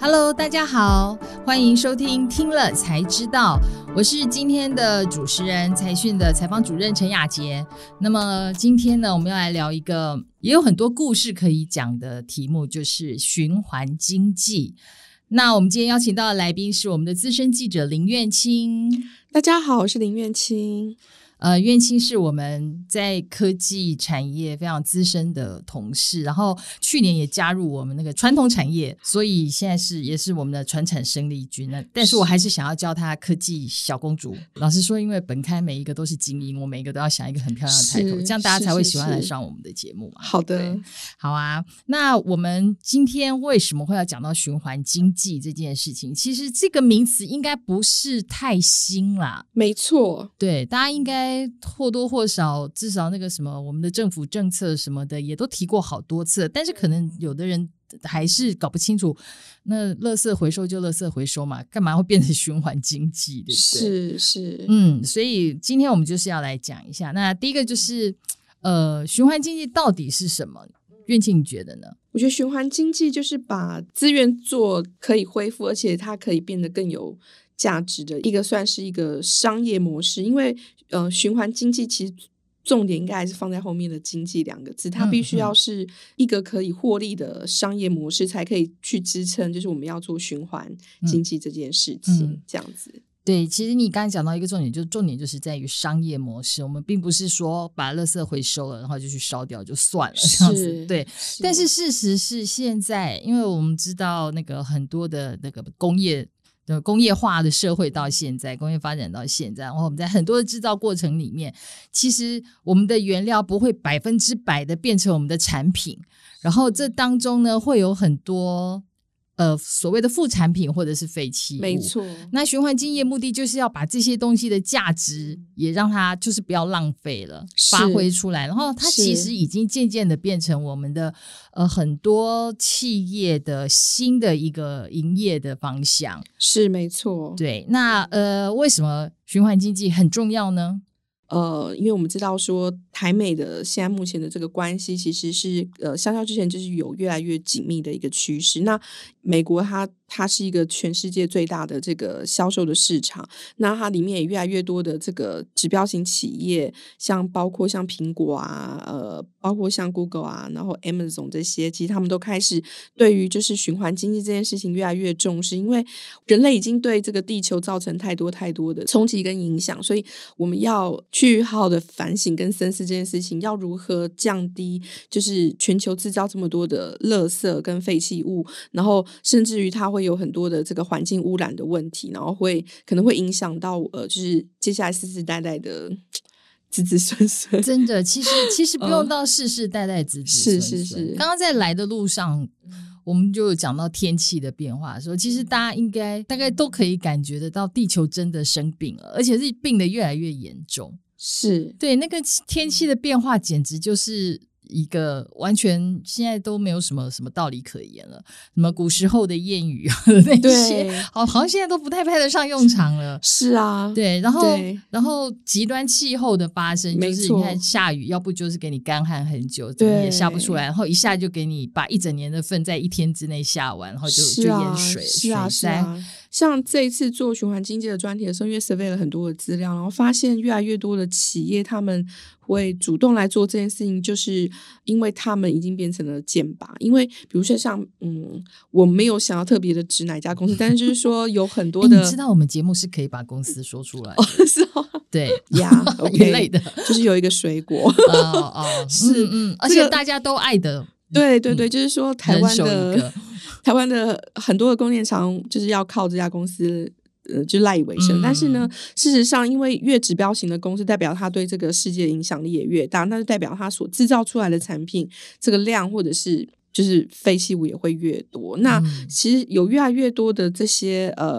Hello， 大家好，欢迎收听听了才知道，我是今天的主持人财讯的采访主任陈雅洁。那么今天呢，我们要来聊一个也有很多故事可以讲的题目，就是循环经济。那我们今天邀请到的来宾是我们的资深记者林苑青。 大家好，我是林苑青。 苑青是我们在科技产业非常资深的同事，然后去年也加入我们那个传统产业，所以现在也是我们的传产生力军。但是我还是想要叫她科技小公主。老实说，因为本刊每一个都是精英，我每一个都要想一个很漂亮的抬头，这样大家才会喜欢来上我们的节目嘛。 好的， 好啊。那我们今天为什么会要讲到循环经济这件事情？其实这个名词应该不是太新啦。 没错， 对，大家应该或多或少，至少那个什么我们的政府政策什么的也都提过好多次，但是可能有的人还是搞不清楚，那垃圾回收就垃圾回收嘛，干嘛会变成循环经济，对不对？ 是， 所以今天我们就是要来讲一下。那第一个就是循环经济到底是什么？苑青你觉得呢？ 我觉得循环经济就是把资源做可以恢复，而且它可以变得更有价值的一个，算是一个商业模式。因为循环经济其实重点应该还是放在后面的经济两个字，它必须要是一个可以获利的商业模式，才可以去支撑就是我们要做循环经济这件事情，这样子。 对，其实你刚才讲到一个重点，重点就是在于商业模式。我们并不是说把垃圾回收了，然后就去烧掉就算了这样子。对，但是事实是现在，因为我们知道那个很多的那个工业化的社会到现在，工业发展到现在，然后我们在很多的制造过程里面，其实我们的原料不会100%的变成我们的产品，然后这当中呢会有很多所谓的副产品或者是废弃物。 没错， 那循环经济的目的就是要把这些东西的价值也让它就是不要浪费了，发挥出来，然后它其实已经渐渐的变成我们的很多企业的新的一个营业的方向。 是没错。 对，那为什么循环经济很重要呢？ 因为我们知道说台美的现在目前的这个关系其实是相较之前就是有越来越紧密的一个趋势。那美国它是一个全世界最大的这个销售的市场，那它里面也越来越多的这个指标型企业，包括像苹果啊，包括像 Google 啊，然后 Amazon 这些，其实他们都开始对于就是循环经济这件事情越来越重视，因为人类已经对这个地球造成太多的冲击跟影响，所以我们要去好好的反省跟深思这件事情，要如何降低就是全球制造这么多的垃圾跟废弃物，然后甚至于它会有很多的这个环境污染的问题，然后可能会影响到就是接下来世世代代的子子孙孙。 真的，其实不用到世世代代子子孙孙。 是。 刚刚在来的路上，我们就有讲到天气的变化的时候，其实大家大概都可以感觉得到，地球真的生病了，而且是病得越来越严重。 是，对， 那个天气的变化简直就是一个完全现在都没有什么道理可言了，什么古时候的谚语那些好像现在都不太派得上用场了。 是啊， 对，然后极端气候的发生，就是你看下雨，要不就是给你干旱很久，怎么也下不出来，然后一下就给你把一整年的份在一天之内下完，然后就淹水，水灾。 像这一次做循环经济的专题的时候，因为 survey 了很多的资料，然后发现越来越多的企业他们会主动来做这件事情，就是因为他们已经变成了剑拔。因为比如说像我没有想要特别的指哪一家公司，但是就是说有很多的你知道我们节目是可以把公司说出来的是哦， 对呀一类的， 就是有一个水果是而且大家都爱的， 对，就是说台湾的很多的供电厂就是要靠这家公司就赖以为生，但是呢，事实上因为越指标型的公司，代表它对这个世界影响力也越大，那就代表它所制造出来的产品这个量或者是就是废弃物也会越多。那其实有越来越多的这些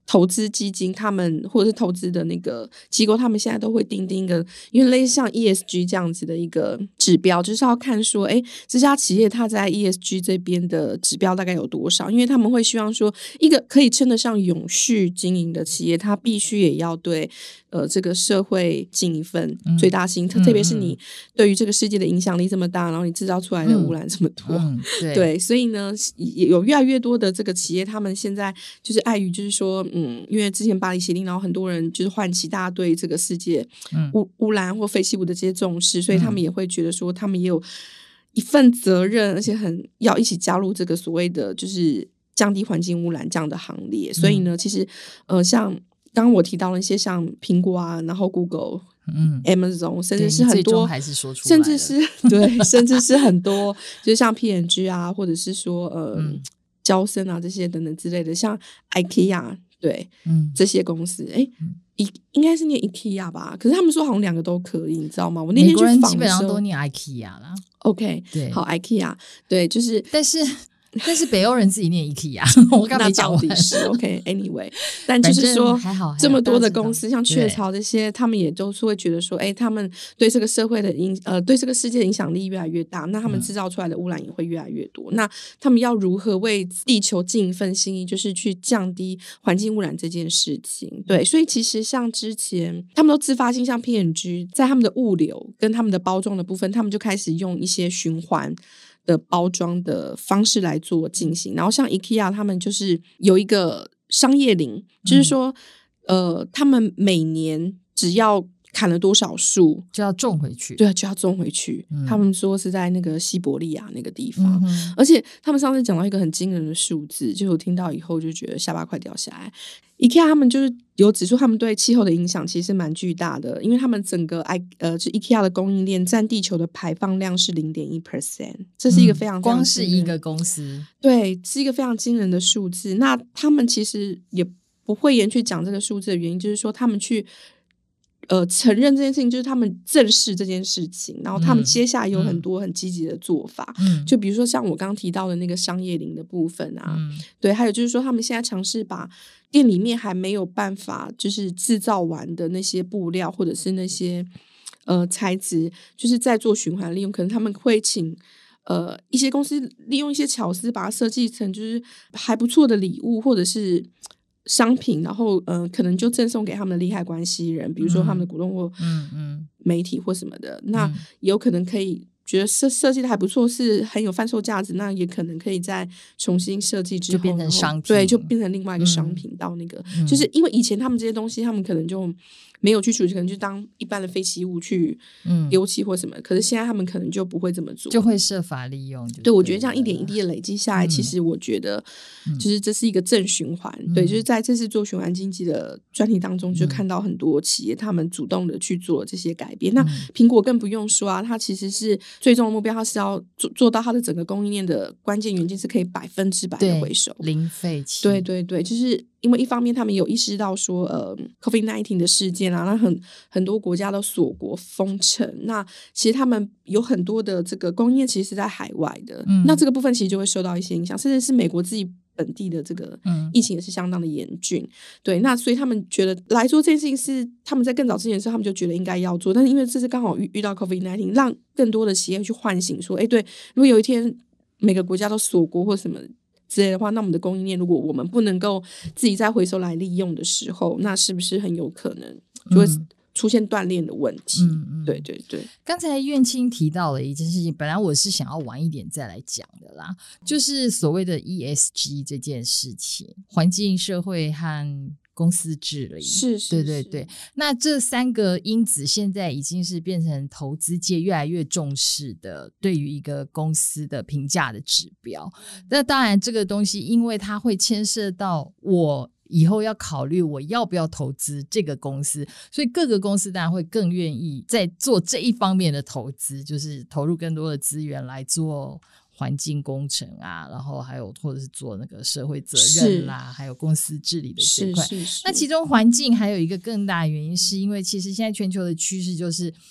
投资基金他们或者是投资的那个机构，他们现在都会订一个因为类似像 ESG 这样子的一个指标，就是要看说这家企业它在 ESG 这边的指标大概有多少，因为他们会希望说一个可以称得上永续经营的企业，它必须也要对这个社会尽一份最大心，特别是你对于这个世界的影响力这么大，然后你制造出来的污染这么多，对，所以呢有越来越多的这个企业，他们现在就是碍于就是说因为之前巴黎协定，然后很多人就是唤起大家对这个世界污染或废弃物的这些重视，所以他们也会觉得说他们也有一份责任，而且很要一起加入这个所谓的就是降低环境污染这样的行列。所以呢其实像刚刚我提到了一些像苹果啊，然后 Google Amazon， 甚至是很多还是说出来甚至是对甚至是很多就是像 P&G 啊，或者是说交生啊这些等等之类的，像 IKEA 对这些公司应该是念 IKEA 吧，可是他们说好像两个都可以，你知道吗？我那天去访的时候， 基本上都念 IKEA 啦。 OK 对， 好 IKEA 对，就是但是北欧人自己念 IKEA 我刚没讲完是 OK anyway 但就是说还好这么多的公司像雀巢这些，他们也都是会觉得说他们对这个社会的对这个世界的影响力越来越大，那他们制造出来的污染也会越来越多，那他们要如何为地球尽一份心意，就是去降低环境污染这件事情。对，所以其实像之前他们都自发性，像 P&G 在他们的物流跟他们的包装的部分，他们就开始用一些循环的包装的方式来做进行，然后像 IKEA 他们就是有一个商业林，就是说他们每年只要砍了多少树就要种回去， 对，就要种回去他们说是在那个西伯利亚那个地方而且他们上次讲到一个很惊人的数字，就我听到以后就觉得下巴快掉下来。IKEA 他们就是有指出他们对气候的影响其实蛮巨大的，因为他们整个就 IKEA 的供应链占地球的排放量是 0.1%， 这是一个非常非常光是一个公司， 对，是一个非常惊人的数字。那他们其实也不讳言去讲这个数字的原因，就是说他们去承认这件事情，就是他们正视这件事情，然后他们接下来有很多很积极的做法就比如说像我刚刚提到的那个商业林的部分啊对，还有就是说他们现在尝试把店里面还没有办法就是制造完的那些布料或者是那些材质，就是在做循环利用，可能他们会请一些公司利用一些巧思把它设计成就是还不错的礼物或者是商品，然后可能就赠送给他们的利害关系人，比如说他们的股东或媒体或什么的那也有可能可以觉得设计的还不错，是很有贩售价值，那也可能可以再重新设计之后就变成商品， 对，就变成另外一个商品到那个就是因为以前他们这些东西他们可能就没有去处理，可能就当一般的废弃物去丢弃或什么可是现在他们可能就不会这么做， 就会设法利用对，我觉得这样一点一滴的累积下来其实我觉得就是这是一个正循环对，就是在这次做循环经济的专题当中就看到很多企业他们主动的去做这些改变那苹果更不用说啊，它其实是最终的目标，它是要做到它的整个供应链的关键元件是可以100%的回收， 零废弃， 对对对，就是因为一方面他们有意识到说COVID-19 的事件啊，那很多国家都锁国封城，那其实他们有很多的这个供应链其实是在海外的那这个部分其实就会受到一些影响，甚至是美国自己本地的这个疫情也是相当的严峻对，那所以他们觉得来做这件事情是他们在更早之前的时候他们就觉得应该要做，但是因为这次刚好遇到 COVID-19 让更多的企业去唤醒说对，如果有一天每个国家都锁国或什么之类的话，那我们的供应链如果我们不能够自己再回收来利用的时候，那是不是很有可能就会出现断链的问题对对对。 刚才苑青提到了一件事情，本来我是想要晚一点再来讲的啦，就是所谓的 ESG 这件事情，环境社会和公司治理， 是对对对。那这3个因子现在已经是变成投资界越来越重视的对于一个公司的评价的指标。那当然这个东西因为它会牵涉到我以后要考虑我要不要投资这个公司，所以各个公司当然会更愿意在做这一方面的投资，就是投入更多的资源来做环境工程啊，然后还有或者是做那个社会责任啦，还有公司治理的这块。那其中环境还有一个更大的原因是因为其实现在全球的趋势就是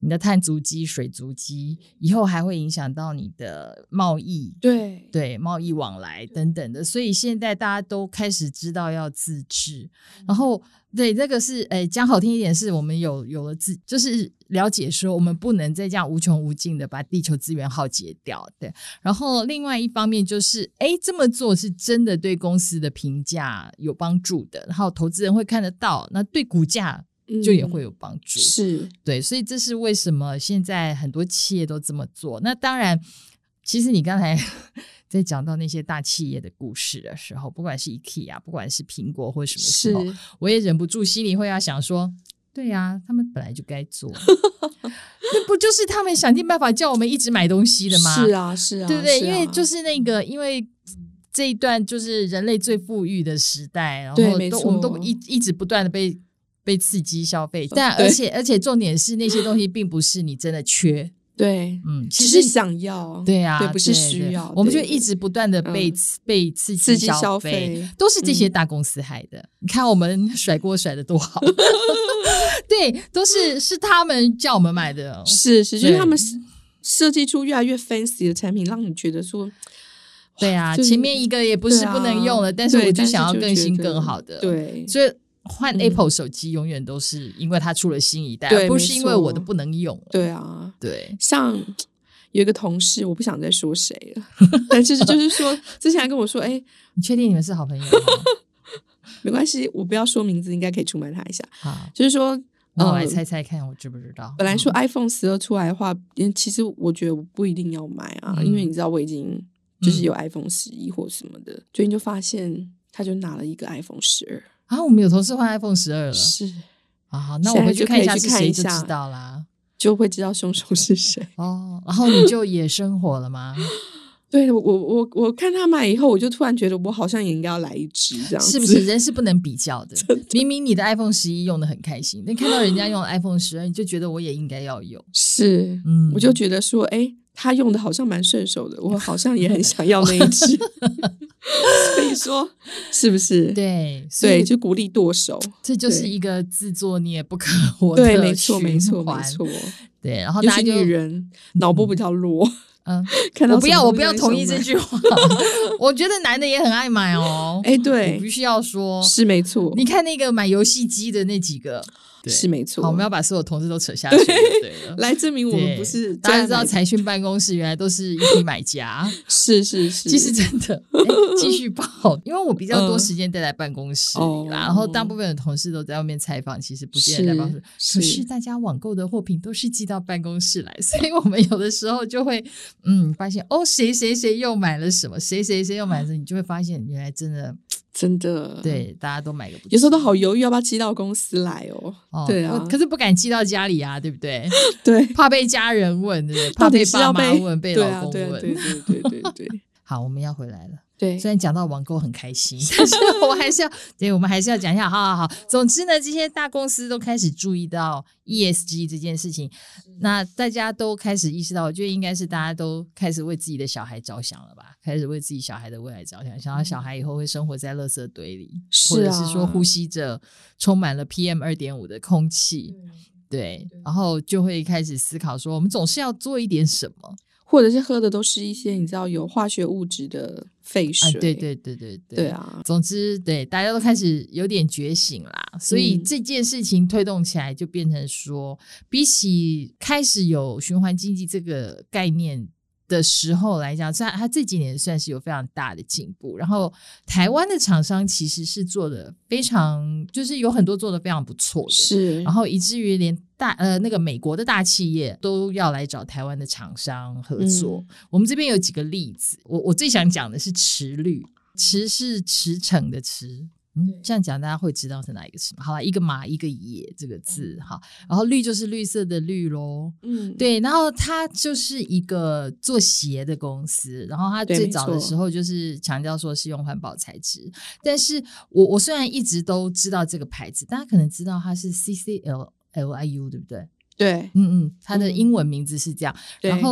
你的碳足迹、水足迹，以后还会影响到你的贸易，对，贸易往来等等的。所以现在大家都开始知道要自治，然后对这个是讲好听一点，是我们有了就是了解说我们不能再这样无穷无尽的把地球资源耗竭掉，对。然后另外一方面就是这么做是真的对公司的评价有帮助的，然后投资人会看得到，那对股价就也会有帮助， 是对，所以这是为什么现在很多企业都这么做。那当然其实你刚才在讲到那些大企业的故事的时候，不管是 IKEA 不管是苹果或什么时候，我也忍不住心里会要想说，对啊，他们本来就该做那不就是他们想尽办法叫我们一直买东西的吗？ 是啊是啊， 对不对？因为就是因为这一段就是人类最富裕的时代，然后我们都一直不断的被刺激消费，但而且重点是那些东西并不是你真的缺， 对，其实想要， 对啊， 对，不是需要， 我们就一直不断的被刺激消费，都是这些大公司害的。你看我们甩锅甩得多好，对，都是他们叫我们买的， 是，就是他们设计出越来越 fancy 的产品，让你觉得说。 对啊，前面一个也不是不能用了，但是我就想要更新更好的， 对， 所以换 Apple 手机永远都是因为它出了新一代，而不是因为我的不能用了。 对啊， 对， 像有一个同事，我不想再说谁了，但就是说，之前还跟我说， 你确定你们是好朋友吗？ 没关系，我不要说名字，应该可以出卖他一下。 好， 就是说， 那我来猜猜看，我知不知道？ 本来说 iPhone 12出来的话，其实我觉得我不一定要买啊，因为你知道我已经就是有 iPhone 11或什么的，最近就发现他就拿了一个 iPhone 12 啊，我们有同事换 iPhone 12了， 是啊，那我回去看一下是谁就知道啦， 就会知道凶手是谁哦。然后你就也生火了吗？ 对，我看他买以后，我就突然觉得我好像也应该要来一支这样子， 是不是？人是不能比较的。明明你的 iPhone 11用的很开心，但看到人家用 iPhone 12，你就觉得我也应该要有。 是，我就觉得说，他用的好像蛮顺手的，我好像也很想要那一支。所以说，是不是？ 对， 就鼓励剁手， 这就是一个自作孽不可活的循环。 对，没错。 对，然后大家就女人脑波比较弱。 看到我不要同意这句话。我觉得男的也很爱买哦。 对， 我必须要说， 是没错。 你看那个买游戏机的那几个。 是没错。 好，我们要把所有同事都扯下去，对了， 来证明我们不是。 大家知道财讯办公室原来都是一批买家， 是。 其实真的，继续报，因为我比较多时间待在办公室里啦，然后大部分的同事都在外面采访，其实不见得在办公室。可是大家网购的货品都是寄到办公室来，所以我们有的时候就会发现谁又买了什么，谁又买了什么，你就会发现原来真的对，大家都买个不， 有时候都好犹豫要不要寄到公司来哦。对啊， 可是不敢寄到家里啊，对不对？ 对， 怕被家人问，对不对？怕被爸妈问，被老公问。 对。 好，我们要回来了。 对， 虽然讲到网购很开心，但是我们还是要讲一下。好。总之呢，这些大公司都开始注意到 ESG 这件事情，那大家都开始意识到，我觉得应该是大家都开始为自己的小孩着想了吧，开始为自己小孩的未来着想，想到小孩以后会生活在垃圾堆里，或者是说呼吸着充满了 PM2.5 的空气，对，然后就会开始思考说，我们总是要做一点什么。 或者是喝的都是一些你知道有化学物质的废水，对啊。 总之，对大家都开始有点觉醒啦，所以这件事情推动起来，就变成说，比起开始有循环经济这个概念的时候来讲，它这几年算是有非常大的进步。然后台湾的厂商其实是做的非常，就是有很多做的非常不错的， 是。 然后以至于连那个美国的大企业都要来找台湾的厂商合作。我们这边有几个例子，我最想讲的是池绿，池是驰骋的池。这样讲大家会知道是哪一个词吗？好啦，一个马一个野这个字，好，然后绿就是绿色的绿咯。对，然后它就是一个做鞋的公司，然后它最早的时候就是强调说是用环保材质，但是我虽然一直都知道这个牌子，大家可能知道它是 CCLIU 对不对？ 对， 它的英文名字是这样。然后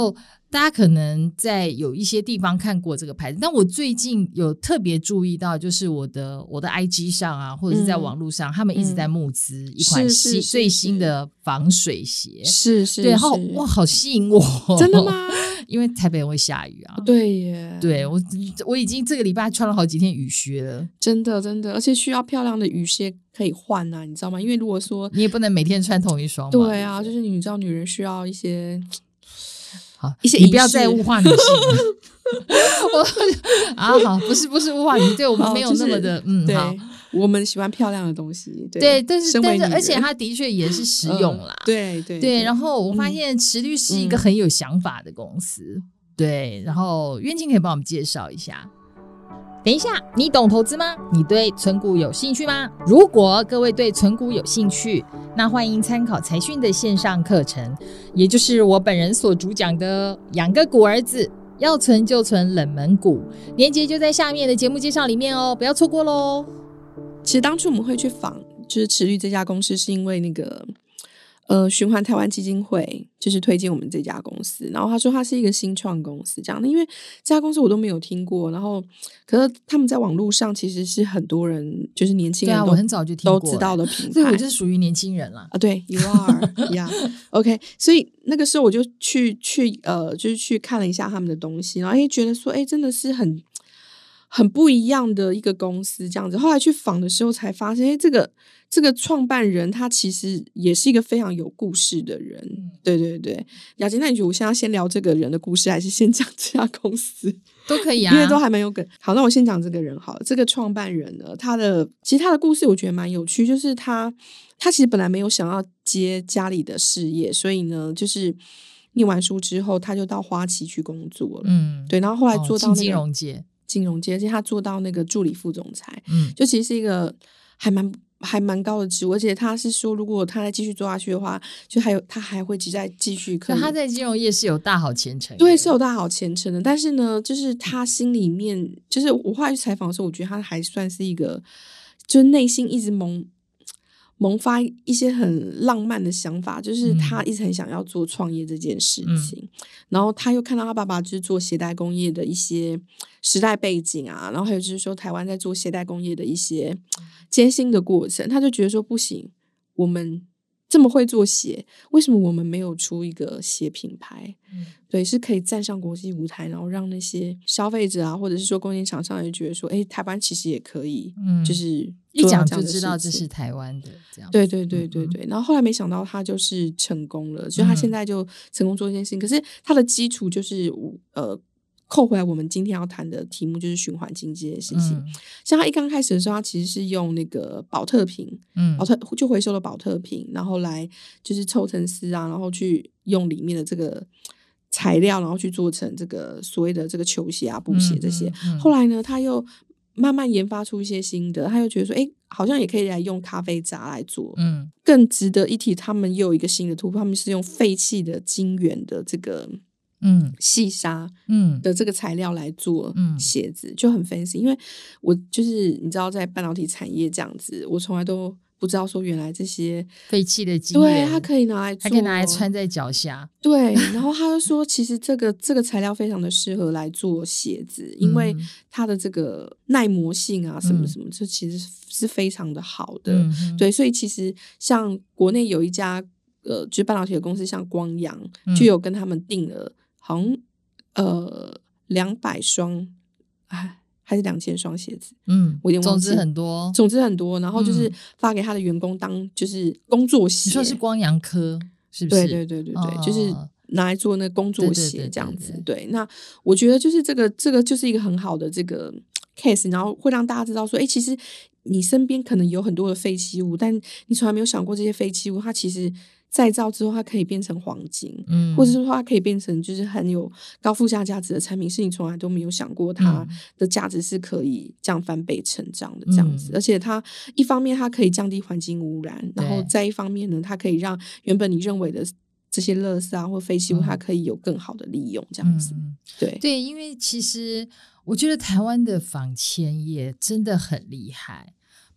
大家可能在有一些地方看过这个牌子，但我最近有特别注意到，就是我的 IG 上啊，或者是在网络上，他们一直在募资一款最新的防水鞋， 是对，然后哇，好吸引我， 真的吗？ 因为台北会下雨啊， 对耶， 对我已经这个礼拜穿了好几天雨靴了， 真的，而且需要漂亮的雨靴可以换啊，你知道吗？因为如果说你也不能每天穿同一双嘛， 对啊，就是你知道女人需要一些。 好， 一些你不要再物化女性了。好，不是物化女性，对我们没有那么的， 对好， 我们喜欢漂亮的东西， 对，但是而且它的确也是实用啦， 对。 然后我发现池律是一个很有想法的公司，对，然后渊清可以帮我们介绍一下。等一下，你懂投资吗？你对存股有兴趣吗？如果各位对存股有兴趣，那欢迎参考财讯的线上课程，也就是我本人所主讲的养个股儿子，要存就存冷门股，连结就在下面的节目介绍里面哦，不要错过咯。 其实当初我们会去访就是池律这家公司，是因为那个循环台湾基金会就是推荐我们这家公司，然后他说他是一个新创公司这样的，因为这家公司我都没有听过，然后可是他们在网络上其实是很多人就是年轻人我很早就听过都知道的品牌， 所以我就是属于年轻人啦。 对 you are yeah OK， 所以那个时候我就就是去看了一下他们的东西，然后觉得说真的是很不一样的一个公司这样子。后来去访的时候才发现这个创办人他其实也是一个非常有故事的人。对，雅洁，那你觉得我现在先聊这个人的故事，还是先讲这家公司？ 都可以啊， 因为都还蛮有梗。好，那我先讲这个人好了。这个创办人呢，其实他的故事我觉得蛮有趣，就是他其实本来没有想要接家里的事业，所以呢就是念完书之后他就到花旗去工作了。对，然后后来做到那个金融界， 而且他做到那个助理副总裁，就其实是一个还蛮高的职位，而且他是说，如果他再继续做下去的话，就他还会再继续可以。 所以他在金融业是有大好前程的， 对，是有大好前程的。但是呢，就是他心里面，就是我后来去采访的时候，我觉得他还算是一个，就是内心一直萌发一些很浪漫的想法，就是他一直很想要做创业这件事情。然后他又看到他爸爸就是做鞋带工业的一些时代背景啊，然后还有就是说台湾在做鞋带工业的一些艰辛的过程，他就觉得说不行，我们这么会做鞋，为什么我们没有出一个鞋品牌？对，是可以站上国际舞台，然后让那些消费者啊，或者是说供应厂商也觉得说，台湾其实也可以，就是一讲就知道这是台湾的这样。 对。然后后来没想到他就是成功了，所以他现在就成功做这件事情。可是他的基础就是扣回来我们今天要谈的题目就是循环经济的事情。像他一刚开始的时候，他其实是用那个保特瓶，就回收了保特瓶，然后来就是抽成丝啊，然后去用里面的这个材料，然后去做成这个所谓的这个球鞋啊、布鞋这些。后来呢，他又慢慢研发出一些新的，他又觉得说，好像也可以来用咖啡渣来做。更值得一提，他们又有一个新的突破，他们是用废弃的晶圆的这个细纱的这个材料来做鞋子，就很 fancy。因为我就是你知道，在半导体产业这样子，我从来都不知道说原来这些废弃的晶圆， 对，它可以拿来做， 还可以拿来穿在脚下。 对，然后他就说，其实这个材料非常的适合来做鞋子，因为它的这个耐磨性啊，什么什么，这其实是非常的好的。对，所以其实像国内有一家就是半导体的公司，像光阳，就有跟他们订了好像200双，还是2000双鞋子，我有点忘记，总之很多，然后就是发给他的员工当就是工作鞋。 你说是光阳科是不是？ 对，就是拿来做那个工作鞋这样子。对，那我觉得就是这个就是一个很好的这个 case， 然后会让大家知道说，其实你身边可能有很多的废弃物，但你从来没有想过这些废弃物它其实再造之后它可以变成黄金，或者是说它可以变成就是很有高附加价值的产品，是你从来都没有想过它的价值是可以这样翻倍成长的这样子。而且它一方面它可以降低环境污染，然后再一方面呢，它可以让原本你认为的这些垃圾啊或废弃物它可以有更好的利用这样子。 对，因为其实我觉得台湾的纺纤业真的很厉害，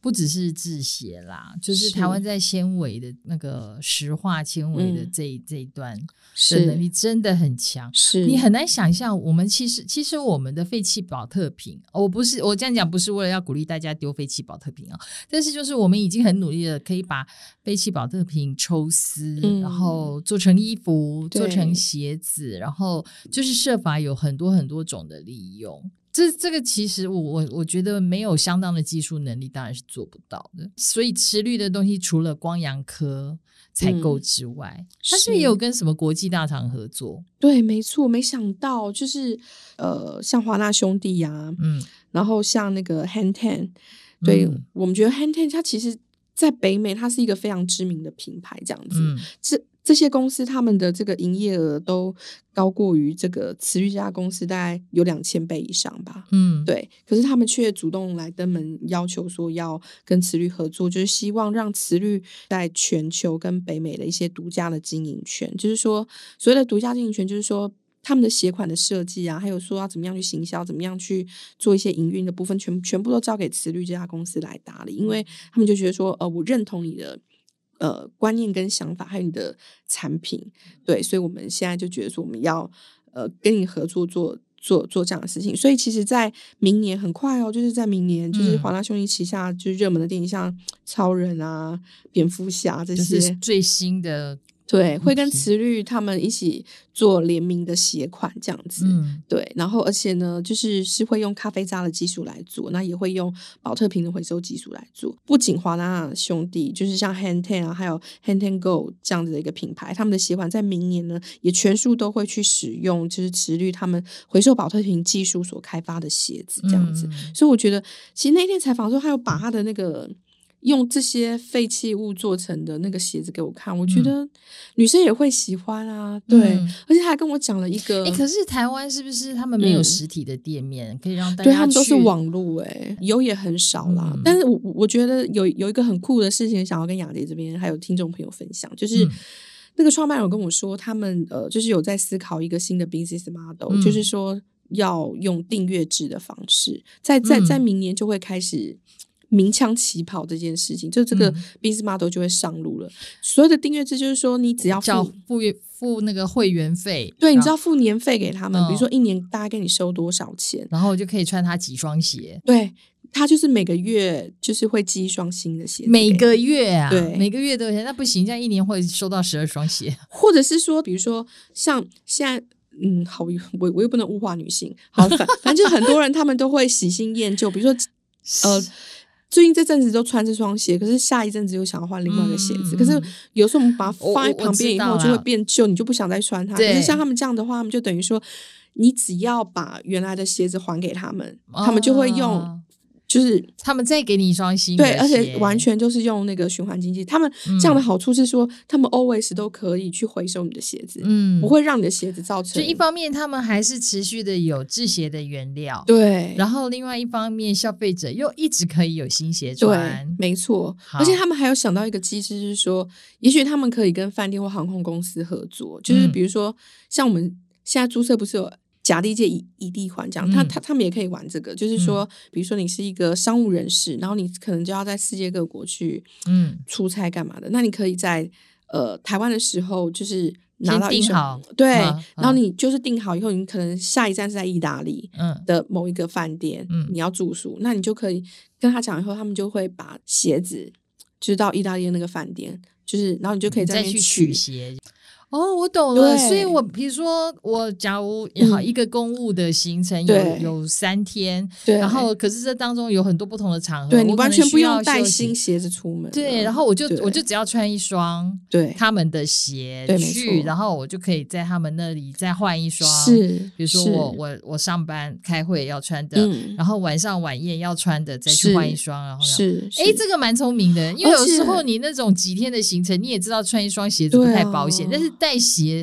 不只是制鞋啦，就是台湾在纤维的那个石化纤维的这一段的能力真的很强， 是你很难想象。我们其实我们的废弃保特瓶，我这样讲不是为了要鼓励大家丢废弃保特瓶啊，但是就是我们已经很努力的可以把废弃保特瓶抽丝，然后做成衣服，做成鞋子，然后就是设法有很多很多种的利用。这个其实我觉得没有相当的技术能力当然是做不到的，所以持氯的东西除了光阳科采购之外，它是不是也有跟什么国际大厂合作？ 对，没错，没想到就是像华纳兄弟啊，然后像那个 Hanten， 对，我们觉得 Hanten 它其实在北美它是一个非常知名的品牌，这样子，这些公司他们的这个营业额都高过于这个慈律这家公司大概有2000倍以上吧，对，可是他们却主动来登门要求说要跟慈律合作，就是希望让慈律在全球跟北美的一些独家的经营权，就是说所谓的独家经营权就是说他们的鞋款的设计啊，还有说要怎么样去行销，怎么样去做一些营运的部分全部都交给慈律这家公司来打理，因为他们就觉得说我认同你的观念跟想法还有你的产品，对，所以我们现在就觉得说我们要跟你合作做这样的事情，所以其实在明年很快就是在明年就是华纳兄弟旗下就是热门的电影像超人啊蝙蝠侠这些、 就是最新的， 对，会跟慈律他们一起做联名的鞋款这样子，对，然后而且呢就是会用咖啡渣的技术来做，那也会用保特瓶的回收技术来做。不仅华纳兄弟就是像 Hanten 啊还有 Hanten Go 这样子的一个品牌，他们的鞋款在明年呢也全数都会去使用就是慈律他们回收保特瓶技术所开发的鞋子这样子，所以我觉得其实那天采访的时候他有把他的那个用这些废弃物做成的那个鞋子给我看，我觉得女生也会喜欢啊，对，而且他还跟我讲了一个可是台湾是不是他们没有实体的店面、可以让大家对，他们都是网路有也很少啦，但是我觉得有一个很酷的事情想要跟雅洁这边还有听众朋友分享，就是那个创办人跟我说他们就是有在思考一个新的 business model，就是说要用订阅制的方式，在明年就会开始鸣枪起跑这件事情，就这个 business model 就会上路了。所有的订阅制就是说你只要付那个会员费， 对，你只要付年费给他们，比如说一年大概跟你收多少钱， 然后就可以穿他几双鞋， 对，他就是每个月就是会寄一双新的鞋子， 每个月啊， 对， 每个月都有钱，那不行，这样一年会收到12双鞋， 或者是说比如说像现在好，我又不能物化女性，好，反正就很多人他们都会喜新厌旧，比如说最近这阵子都穿这双鞋，可是下一阵子又想要换另外一个鞋子，可是有时候我们把它放在旁边以后就会变旧，你就不想再穿它。可是像他们这样的话，他们就等于说你只要把原来的鞋子还给他们，他们就会用就是他们再给你一双新的鞋， 对，而且完全就是用那个循环经济。他们这样的好处是说，他们 always 都可以去回收你的鞋子，不会让你的鞋子造成。 就一方面，他们还是持续的有制鞋的原料， 对， 然后另外一方面，消费者又一直可以有新鞋穿， 对，没错。而且他们还有想到一个机制，就是说，也许他们可以跟饭店或航空公司合作，就是比如说，像我们现在注册不是有甲地界乙地环这样，他们也可以玩这个，就是说，比如说你是一个商务人士，然后你可能就要在世界各国去出差干嘛的，那你可以在台湾的时候就是拿到一双，对，然后你就是订好以后，你可能下一站是在意大利的某一个饭店，你要住宿，那你就可以跟他讲以后，他们就会把鞋子就是到意大利的那个饭店，就是然后你就可以在那边再去取鞋。哦，我懂了。所以我比如说我假如一个公务的行程有3天，然后可是这当中有很多不同的场合， 对，你完全不用带新鞋子出门， 对，然后我就只要穿一双他们的鞋去，然后我就可以在他们那里再换一双， 是， 比如说我上班开会要穿的，然后晚上晚宴要穿的再去换一双，然后是这个蛮聪明的，因为有时候你那种几天的行程你也知道穿一双鞋子不太保险，但是带鞋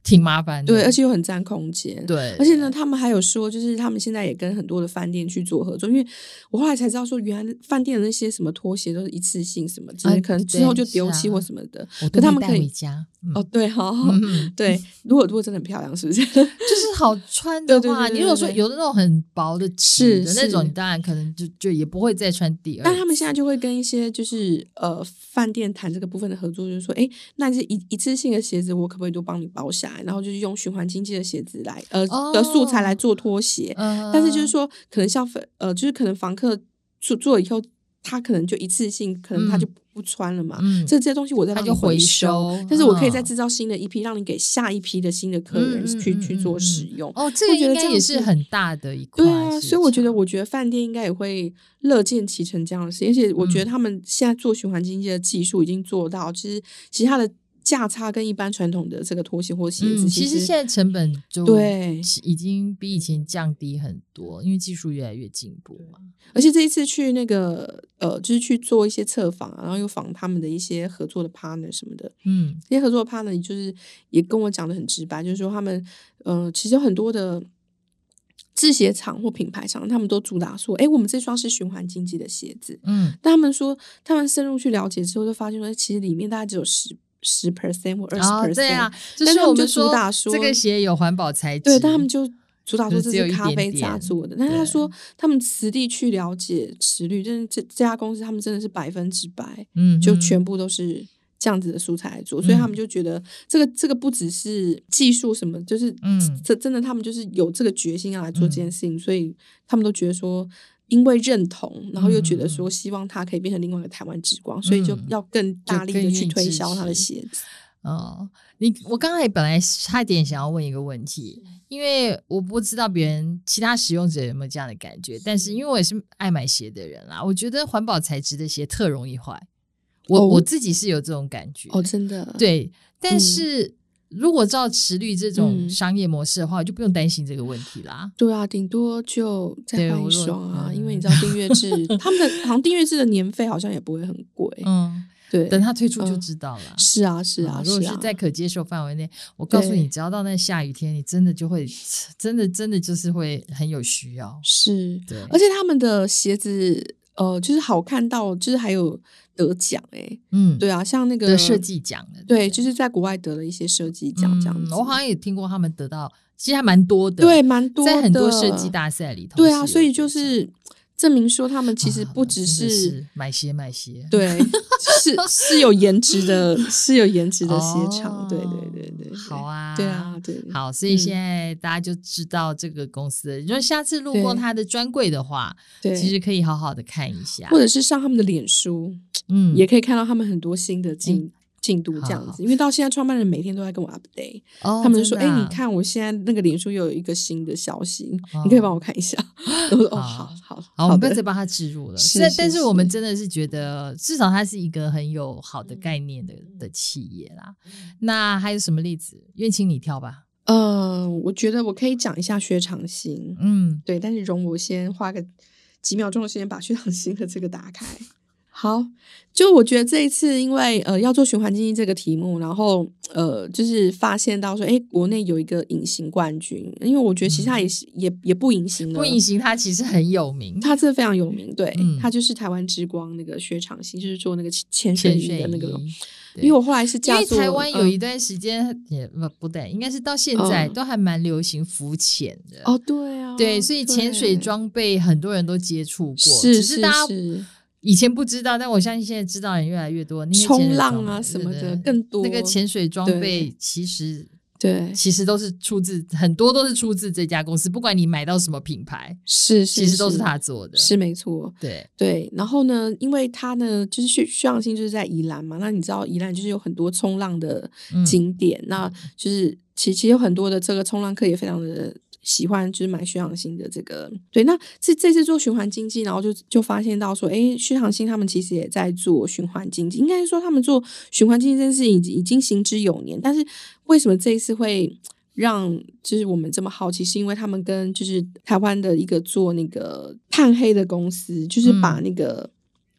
挺麻烦的， 对，而且又很占空间。 对， 而且呢，他们还有说，就是他们现在也跟很多的饭店去做合作，因为我后来才知道说，原来饭店的那些什么拖鞋都是一次性什么，就是可能之后就丢弃或什么的，可他们可以带回家。 哦，对，好，对，如果真的很漂亮，是不是？ 就是好穿的话，你如果说有的那种很薄的纸的那种，你当然可能就也不会再穿第二次。 但他们现在就会跟一些就是饭店谈这个部分的合作，就是说，哎，那这一次性的鞋子，我可不可以都帮你包下来？然后就是用循环经济的鞋子来的素材来做拖鞋。但是就是说，可能就是可能房客做了以后，他可能就一次性，可能他就不穿了嘛。这些东西我再帮你回收，但是我可以再制造新的一批，让你给下一批的新的客人去做使用。 这个应该也是很大的一块。 对啊，所以我觉得饭店应该也会乐见其成这样的事，而且我觉得他们现在做循环经济的技术已经做到，其实它的价差跟一般传统的这个拖鞋或鞋子， 其实现在成本就对已经比以前降低很多，因为技术越来越进步嘛。 而且这一次去那个就是去做一些测访，然后又访他们的一些合作的 partner 什么的，这些合作的 partner 就是也跟我讲的很直白，就是说他们其实有很多的制鞋厂或品牌厂，他们都主打说，哎，我们这双是循环经济的鞋子，但他们说他们深入去了解之后，就发现说，其实里面大概只有10% 或20%， 对啊， 就是我们主打说这个鞋有环保材质， 对，但他们就主打说这是咖啡渣做的，但是他说他们实地去了解尺率，真的这家公司他们真的是100%，就全部都是这样子的素材来做，所以他们就觉得这个不只是技术什么，就是真的他们就是有这个决心要来做这件事情，所以他们都觉得说，因为认同，然后又觉得说希望它可以变成另外一个台湾之光，所以就要更大力的去推销他的鞋子。 我刚才本来差点想要问一个问题，因为我不知道别人其他使用者有没有这样的感觉，但是因为我也是爱买鞋的人啦，我觉得环保材质的鞋特容易坏，我自己是有这种感觉真的对，但是如果照驰律这种商业模式的话，我就不用担心这个问题啦。 对啊，顶多就再换一双啊，因为你知道订阅制他们的好像订阅制的年费好像也不会很贵，对， 等它推出就知道了。 是啊， 如果是在可接受范围内，我告诉你，只要到那下雨天，你真的就会真的就是会很有需要。 是， 对， 而且他们的鞋子就是好看到，就是还有得奖对啊，像那个设计奖的， 对，就是在国外得了一些设计奖这样子。 我好像也听过他们得到，其实还蛮多的， 对，蛮多的， 在很多设计大赛里头。 对啊，所以就是证明说他们其实不只是买鞋， 对，是有颜值的，是有颜值的鞋厂，对， 好啊， 对啊，对， 好，所以现在大家就知道这个公司，如果下次路过他的专柜的话，其实可以好好的看一下， 或者是上他们的脸书，也可以看到他们很多新的进度这样子，因为到现在创办人每天都在跟我 update，他们就说，你看我现在那个脸书又有一个新的消息，你可以帮我看一下。我说好， 我们不要再帮他置入了。但是我们真的是觉得，至少它是一个很有好的概念的企业啦。那还有什么例子？愿请你挑吧。 我觉得我可以讲一下薛长兴，对，但是容我先花个几秒钟的时间把薛长兴的这个打开。好，就我觉得这一次因为要做循环经济这个题目，然后就是发现到说，国内有一个隐形冠军，因为我觉得其实他也不隐形了， 不隐形，他其实很有名， 他真的非常有名，对，他就是台湾之光那个薛长兴，就是做那个潜水衣的那个。因为我后来是因为台湾有一段时间也不对，应该是到现在都还蛮流行浮潜的对啊， 对，所以潜水装备很多人都接触过， 只是大家以前不知道，但我相信现在知道的人越来越多。 冲浪啊什么的更多， 那个潜水装备其实都是很多都是出自这家公司，不管你买到什么品牌，其实都是他做的， 是没错。对，然后呢，因为他呢就是薛长兴就是在宜兰嘛，那你知道宜兰就是有很多冲浪的景点，那就是其实有很多的这个冲浪客也非常的喜欢，就是买薛长兴的这个。对，那这次做循环经济，然后就发现到说，薛长兴他们其实也在做循环经济，应该是说他们做循环经济这件事情已经行之有年，但是为什么这一次会让就是我们这么好奇，是因为他们跟就是台湾的一个做那个碳黑的公司，就是把那个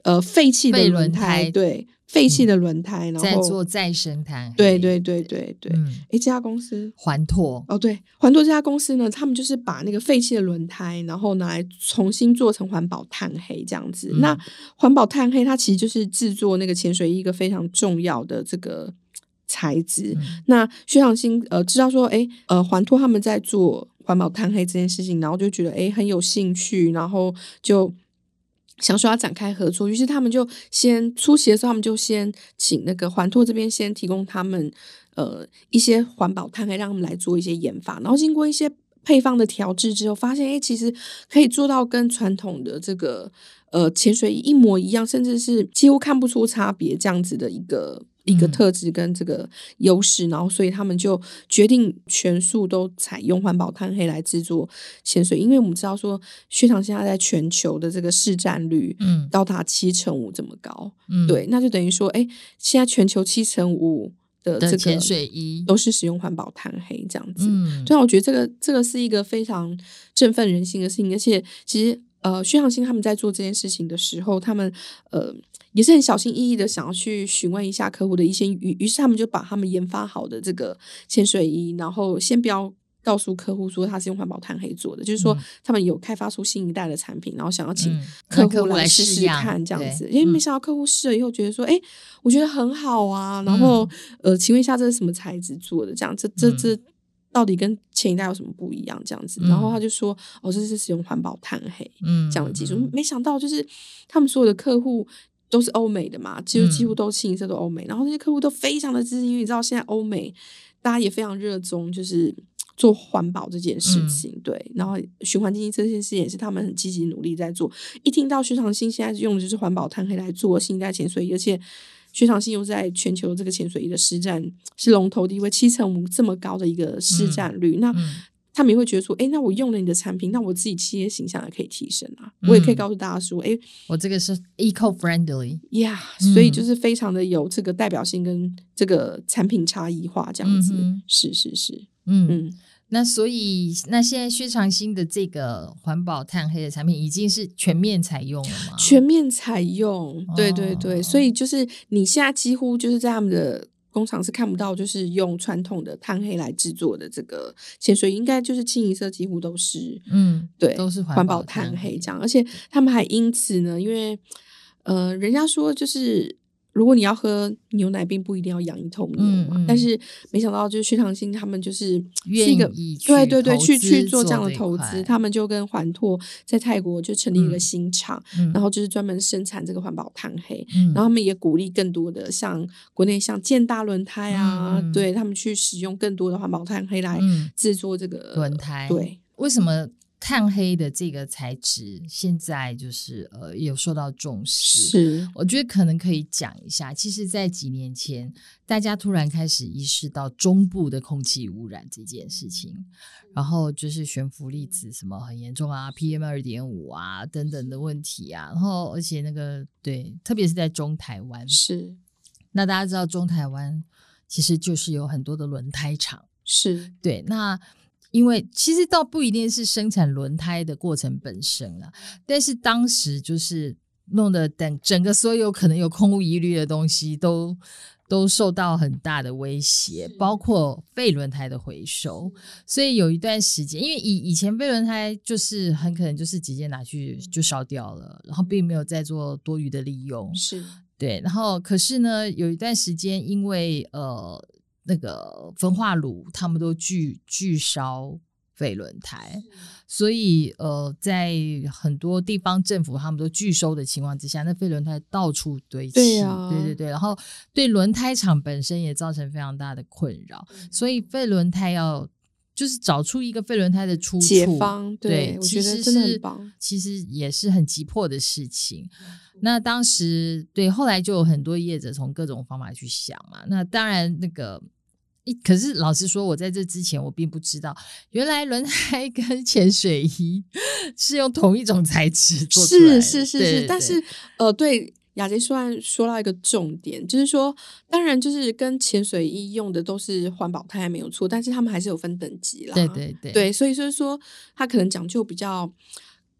废弃的轮胎，对，废弃的轮胎，然后在做再生碳黑。 对对对对对。这家公司环拓对，环拓这家公司呢，他们就是把那个废弃的轮胎，然后拿来重新做成环保碳黑这样子。那环保碳黑它其实就是制作那个潜水衣一个非常重要的这个材质。那薛长兴知道说环拓他们在做环保碳黑这件事情，然后就觉得很有兴趣，然后就想说要展开合作，于是他们就先初期的时候，他们就先请那个环拓这边先提供他们一些环保碳黑，让他们来做一些研发，然后经过一些配方的调制之后，发现其实可以做到跟传统的这个潜水衣一模一样，甚至是几乎看不出差别这样子的一个特质跟这个优势，然后所以他们就决定全数都采用环保碳黑来制作潜水，因为我们知道说薛长现在在全球的这个市占率高达75%这么高。对，那就等于说现在全球75%的这个潜水衣都是使用环保碳黑这样子。对，我觉得这个是一个非常振奋人心的事情，而且其实薛长兴他们在做这件事情的时候，他们也是很小心翼翼的想要去询问一下客户的一些于是他们就把他们研发好的这个潜水衣，然后先不要告诉客户说它是用环保碳黑做的，就是说他们有开发出新一代的产品，然后想要请客户来试试看这样子。因为没想到客户试了以后觉得说我觉得很好啊，然后请问一下这是什么材质做的，这样这到底跟前一代有什么不一样这样子。然后他就说这是使用环保碳黑这样的技术。没想到就是他们所有的客户都是欧美的嘛，几乎都清一色都欧美，然后那些客户都非常的支持，因为你知道现在欧美大家也非常热衷就是做环保这件事情。对，然后循环经济这件事也是他们很积极努力在做。一听到薛长兴现在用的就是环保碳黑来做新一代潜水衣，而且薛长兴又在全球这个潜水衣的市占是龙头地位，75%这么高的一个市占率，那他们也会觉得说那我用了你的产品，那我自己企业形象也可以提升啊。我也可以告诉大家说我这个是 eco-friendly 所以就是非常的有这个代表性跟这个产品差异化这样子。是那所以那现在薛长兴的这个环保碳黑的产品已经是全面采用了吗？ 全面采用，对对对。所以就是你现在几乎就是在他们的工厂是看不到就是用传统的碳黑来制作的这个潜水衣，应该就是清一色几乎都是对， 都是环保碳黑这样。而且他们还因此呢，因为人家说就是如果你要喝牛奶并不一定要养一头牛嘛，但是没想到就是薛长兴他们就是愿意去做这样的投资，他们就跟环拓在泰国就成立一个新厂，然后就是专门生产这个环保碳黑，然后他们也鼓励更多的像国内像建大轮胎啊，对，他们去使用更多的环保碳黑来制作这个轮胎。 对， 为什么碳黑的这个材质现在就是有受到重视？ 是， 我觉得可能可以讲一下。其实在几年前大家突然开始意识到中部的空气污染这件事情，然后就是悬浮粒子什么很严重啊， PM2.5 啊等等的问题啊，然后而且那个对，特别是在中台湾。 是， 那大家知道中台湾其实就是有很多的轮胎厂。 是， 对，那因为其实倒不一定是生产轮胎的过程本身啦，但是当时就是弄得整个所有可能有空污疑虑的东西都受到很大的威胁，包括废轮胎的回收。所以有一段时间，因为以前废轮胎就是很可能就是直接拿去就烧掉了，然后并没有再做多余的利用。 是， 对，然后可是呢有一段时间因为那个焚化炉他们都拒烧废轮胎，所以在很多地方政府他们都拒收的情况之下，那废轮胎到处堆砌。对，然后对轮胎厂本身也造成非常大的困扰，所以废轮胎要就是找出一个废轮胎的出处解方。 对， 我觉得真的很棒， 其实也是很急迫的事情。那当时对后来就有很多业者从各种方法去想嘛，那当然那个可是老实说我在这之前我并不知道原来轮胎跟潜水衣是用同一种材质做出来的。 是，但是对，雅洁说到一个重点，就是说当然就是跟潜水衣用的都是环保碳没有错，但是他们还是有分等级啦。 对， 所以就是说它可能讲究比较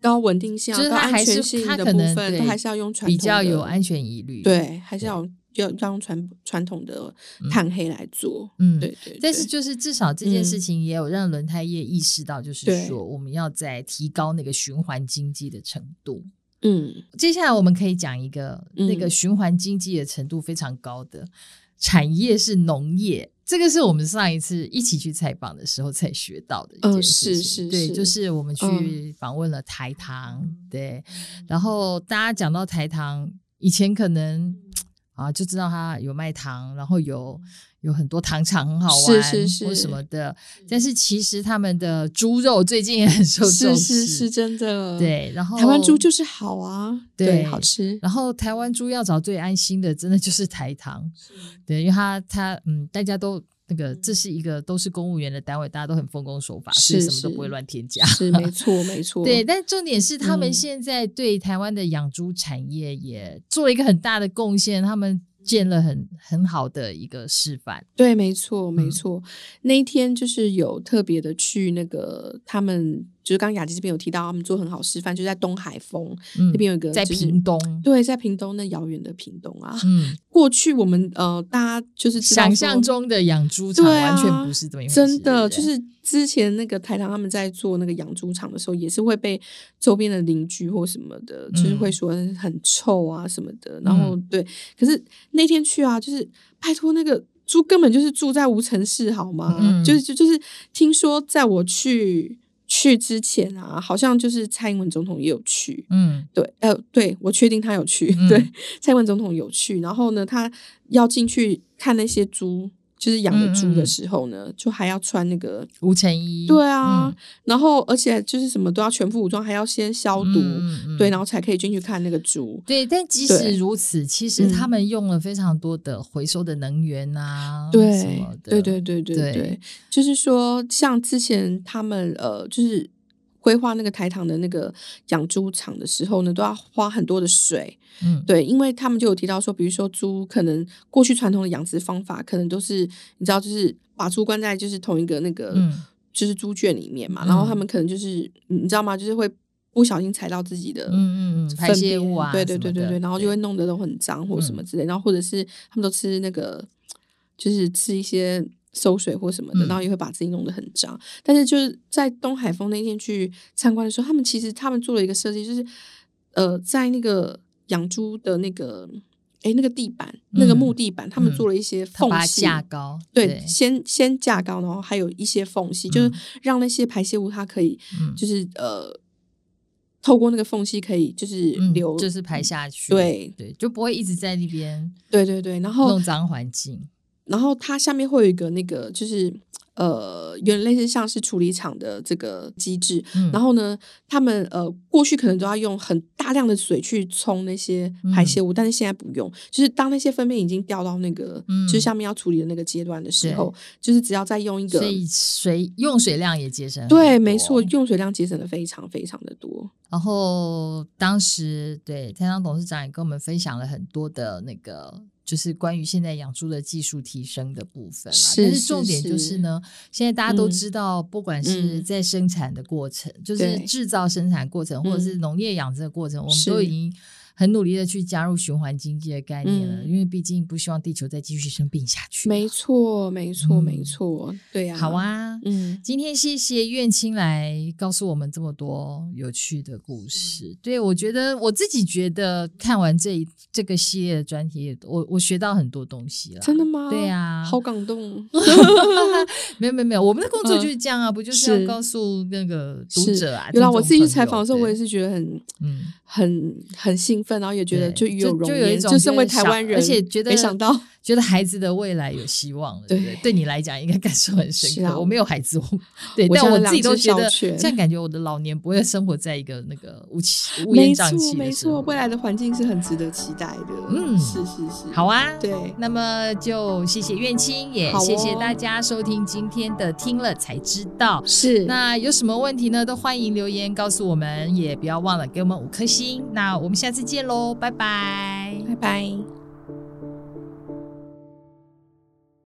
高稳定性、 就是高安它还是全性的它可能部分， 对都还是要用传统的， 比较有安全疑虑， 对，还是要用传统的碳黑来做，对对。 但是就是至少这件事情也有让轮胎业意识到，就是说我们要再提高那个循环经济的程度。接下来我们可以讲一个那个循环经济的程度非常高的产业是农业，这个是我们上一次一起去采访的时候才学到的一件事情。对，就是我们去访问了台糖，对，然后大家讲到台糖，以前可能就知道它有卖糖，然后有很多糖厂很好玩，或什么的。但是其实他们的猪肉最近也很受重视， 是真的。 对，然后台湾猪就是好啊，对，好吃。 然后台湾猪要找最安心的，真的就是台糖，对，因为它大家都那个，这是一个都是公务员的单位，大家都很奉公守法，所以什么都不会乱添加。 是没错没错。 对，但重点是他们现在对台湾的养猪产业也做了一个很大的贡献，他们建了很好的一个示范。 对，没错没错。那一天就是有特别的去那个他们。就是刚刚雅琪这边有提到，他们做很好示范，就在东海丰那边有一个、 在屏东， 对，在屏东那遥远的屏东啊。过去我们大家就是知道想象中的养猪场完全不是这么一回事， 真的就是之前那个台糖他们在做那个养猪场的时候，也是会被周边的邻居或什么的，就是会说很臭啊什么的。然后对，可是那天去啊，就是拜托那个猪根本就是住在无尘室好吗？就是听说在我去之前啊，好像就是蔡英文总统也有去，对，我确定他有去，对，蔡英文总统有去，然后呢，他要进去看那些猪，就是养的猪的时候呢，就还要穿那个无尘衣， 对啊，然后而且就是什么都要全副武装，还要先消毒，对，然后才可以进去看那个猪。 对，但即使如此，其实他们用了非常多的回收的能源啊， 对， 什么的， 对，就是说像之前他们就是规划那个台糖的那个养猪场的时候呢，都要花很多的水，对，因为他们就有提到说，比如说猪可能过去传统的养殖方法可能都是你知道，就是把猪关在就是同一个那个就是猪圈里面嘛，然后他们可能就是你知道吗？就是会不小心踩到自己的排泄物啊， 对，然后就会弄得都很脏或什么之类，然后或者是他们都吃那个就是吃一些馊水或什么的，然后也会把自己弄得很脏。但是就是在东海丰那天去参观的时候，他们做了一个设计，就是在那个养猪的那个那个地板，那个木地板，他们做了一些缝隙， 架高， 对，先架高，然后还有一些缝隙，就是让那些排泄物它可以就是透过那个缝隙可以就是流， 就是排下去， 对， 就不会一直在那边， 对，然后弄脏环境。 然后它下面会有一个那个就是有点类似像是处理厂的这个机制，然后呢他们过去可能都要用很大量的水去冲那些排泄物，但是现在不用，就是当那些粪便已经掉到那个就是下面要处理的那个阶段的时候，就是只要再用一个， 所以用水量也节省很多， 对，没错，用水量节省的非常非常的多。 然后当时对台糖董事长也跟我们分享了很多的那个就是关于现在养猪的技术提升的部分啦，但是重点就是呢，现在大家都知道，不管是在生产的过程，就是制造生产过程，或者是农业养殖的过程，我们都已经很努力的去加入循环经济的概念了，因为毕竟不希望地球再继续生病下去。 没错，对啊。 好啊，今天谢谢苑青来告诉我们这么多有趣的故事。对，我觉得我自己觉得看完这个系列的专题，我学到很多东西了。 真的吗？ 对啊， 好感动。 没有，我们的工作就是这样啊，不就是要告诉那个读者啊？ 有啦，我自己去采访的时候，我也是觉得很兴奋，然后也觉得就与有荣焉，就身为台湾人， 而且觉得没想到觉得孩子的未来有希望了，对不对？对你来讲应该感受很深刻。我没有孩子，对，但我自己都觉得这样，感觉我的老年不会生活在一个那个乌烟瘴气的。 没错，未来的环境是很值得期待的。是， 好啊， 对， 那么就谢谢苑青，也谢谢大家收听今天的听了才知道。 是， 那有什么问题呢？都欢迎留言告诉我们，也不要忘了给我们5颗星。那我们下次见喽，拜拜， 拜拜。